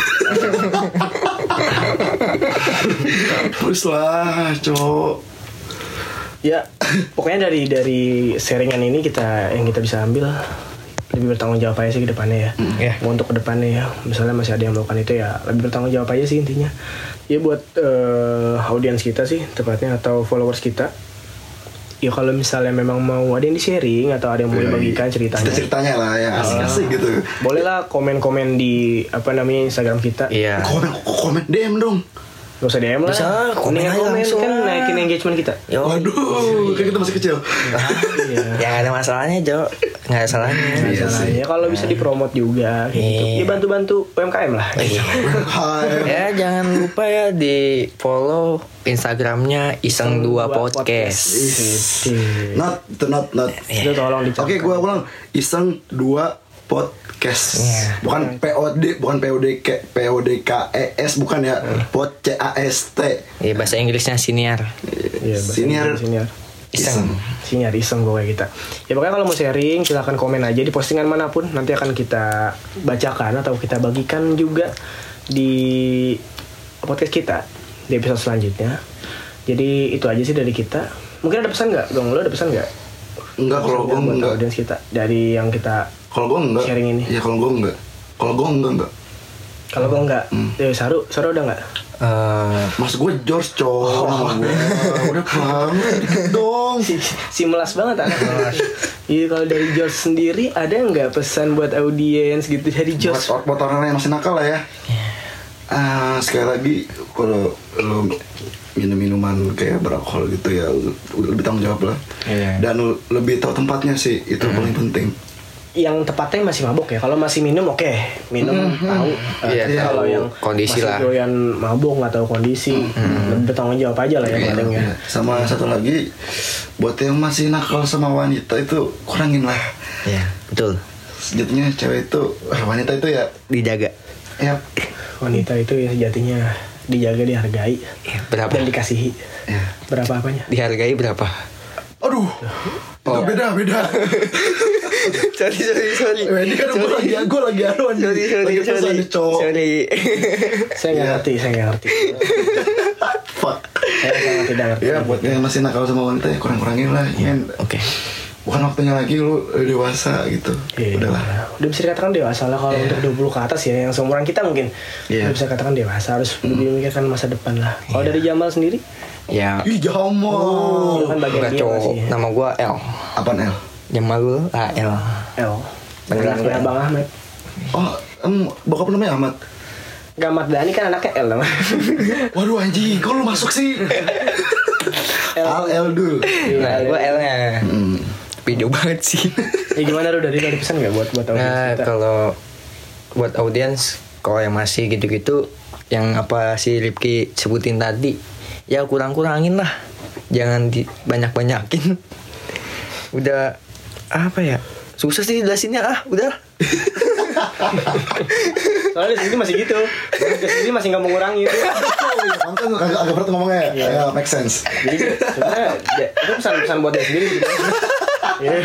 Terus lah, cowok. Ya, pokoknya dari dari sharingan ini kita yang kita bisa ambil lebih bertanggung jawab aja sih ke depannya ya. Iya. Untuk ke depannya ya. Misalnya masih ada yang melakukan itu ya, lebih bertanggung jawab aja sih intinya. Ya buat eh, audiens kita sih tepatnya atau followers kita. Ya kalau misalnya memang mau ada yang di-sharing atau ada yang mau dibagikan ceritanya. Ceritanya lah ya asik-asik gitu. Boleh lah komen-komen di apa namanya Instagram kita. Iya. Komen komen D M dong. Gak usah D M lah. Bisa, komen Mendingan aja komen langsung kan lah. naikin engagement kita. Yo. Waduh, kan kita masih kecil. Iya. Ya nggak ada masalahnya, Jo. Nggak ada salahnya. Iya sih. Ya kalau bisa dipromot juga kayak gitu. Iya. Ya bantu-bantu U M K M lah. Hai. Ya jangan lupa ya di follow Instagramnya Iseng Dua Podcast. Gitu. Not, not, not. Itu tolong dicatat. Oke, gue ulang. Iseng dua podcast. Iya. Bukan P O D, bukan P O D K, P O D K E S bukan ya. Pod C A S T. Ya bahasa Inggrisnya siniar. Iya, bahasa Siniar. Inggris, siniar. Iseng. Siniar iseng pokoknya kita. Ya pokoknya kalau mau sharing silahkan komen aja di postingan manapun. Nanti akan kita bacakan atau kita bagikan juga di podcast kita di episode selanjutnya. Jadi itu aja sih dari kita. Mungkin ada pesan nggak, Gong? Lo ada pesan nggak? Enggak, kalau gue Buat enggak. audiens kita dari yang kita Kalau gue enggak. sharing ini. Ya kalau gue enggak. Kalau gue enggak enggak. Kalau gue nggak, Hmm. eh, Saru, Saru udah nggak? Eh, Mas gue George cowok nama gue. Udah banget dikit dong. Si, si melas banget anak. Iya kalau dari George sendiri ada nggak pesan buat audiens gitu dari Buat, George? buat orang yang masih nakal lah ya. Ah, sekali lagi kalau lo minum minuman kayak beralkohol gitu ya lebih tanggung jawab lah. Iya. Dan lo lebih tahu tempatnya sih itu paling penting. Yang tepatnya masih mabuk ya. Kalau masih minum oke, minum tahu. Eh, Iya, tapi tahu kalau yang kondisi masih lah. doyan mabuk nggak tahu kondisi, lebih bertanggung jawab aja lah ya paling ya. Iya. Sama satu lagi buat yang masih nakal sama wanita itu kurangin lah. ya betul. Sejatinya cewek itu eh, wanita itu ya Dijaga. ya Wanita itu ya sejatinya dijaga, dihargai, Ya, berapa? dan dikasihi. ya. Berapa apanya? Dihargai berapa? Aduh. Itu beda beda. sorry sorry sorry. Eh, Ini kan gue lagi gue lagi anu anjing. Sorry sorry Lagi susah sorry. nih, cowok. Sorry. Saya nggak Iya. ngerti, saya nggak ngerti. Fuck. Saya sangat tidak ngerti. Ya buat yang masih nakal sama wanita ya kurang-kurangin lah. Men. Oke. Bukan waktunya lagi lu udah dewasa gitu. Iya, Udahlah. udah bisa dikatakan dewasa lah kalau untuk dua puluh ke atas ya, yang seumuran kita mungkin Iya. udah bisa katakan dewasa, harus lebih memikirkan masa depan lah. Kalau dari Jamal sendiri, Ya. Ih Jamal. itu kan bagian Enggak, dia cowok. masih Nama gua L. Apaan El? Jamalul A L. L. Beneran, Anaknya Bang. Bang Ahmed. Oh, em, bokap lu namanya Ahmad. Gamat Dhani kan anaknya L namanya. Waduh anjing, kok lu masuk sih? Al Eldul. Nah, gua L-nya. Hmm. Video banget sih. Ya gimana lu dari dari pesan nggak buat buat audiens Nah, kita? kalau buat audiens, kalau yang masih gitu-gitu, yang apa si Rifki sebutin tadi, ya kurang-kurangin lah. Jangan di banyak-banyakin. Udah apa ya? Susah sih jelasinnya ah, udah. Soalnya di sini masih gitu. Di sini masih nggak mengurangi. Mantan agak agak berat ngomongnya ya. Iya. Ya, make sense. Jadi sebenarnya dia- itu pesan-pesan buat dia sendiri. Gitu. Iya.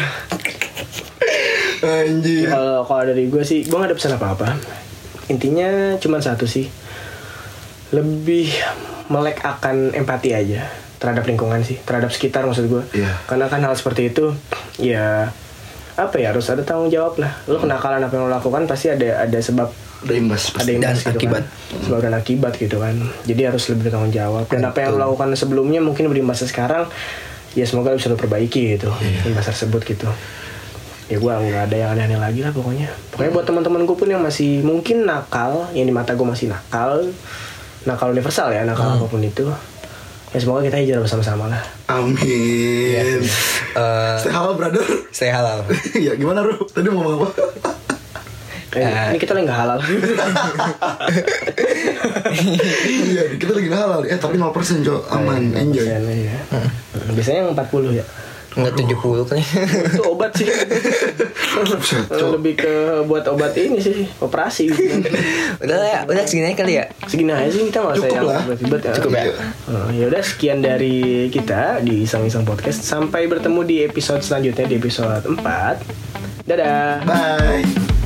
Anjir. Kalau kalau dari gue sih, gue gak ada pesan apa-apa. Intinya cuma satu sih, lebih melek akan empati aja terhadap lingkungan sih, terhadap sekitar maksud gue. Iya. Karena kan hal seperti itu, ya apa ya, harus ada tanggung jawab lah. Lo kenakalan apa yang lo lakukan pasti ada ada sebab, Ada imbas ada pasti. imbas Dan gitu akibat. kan. Sebab dan akibat gitu kan. Jadi harus lebih bertanggung jawab. Dan apa yang lo lakukan sebelumnya mungkin berimbas sekarang, ya semoga lo bisa lo perbaiki gitu, imbas tersebut gitu. Ya gue nggak ada yang aneh-aneh lagi lah pokoknya. Pokoknya buat teman-teman gue pun yang masih mungkin nakal, yang di mata gue masih nakal, nakal universal ya, nakal apapun itu, ya semoga kita hijrah bersama-sama lah. Amin. Eh, Stay halal brother. Stay halal. Ya gimana Ru? Tadi mau ngomong apa? Eh, Ah. ini kita lagi nggak halal. Iya, kita lagi halal. Eh, tapi nol persen, Cok. Aman, enjoy. Iya. Biasanya yang empat puluh ya. Enggak tujuh puluh kan. Itu obat sih. Buset, Cok. Lebih ke buat obat ini sih, operasi gitu. Udah lah ya, udah segini aja kali ya. Segini aja sih kita nggak usah Cukup yang lah. ribet ya. Cukup ya. Oh, ya udah sekian dari kita di Iseng-Iseng Podcast. Sampai bertemu di episode selanjutnya di episode empat. Dadah. Bye.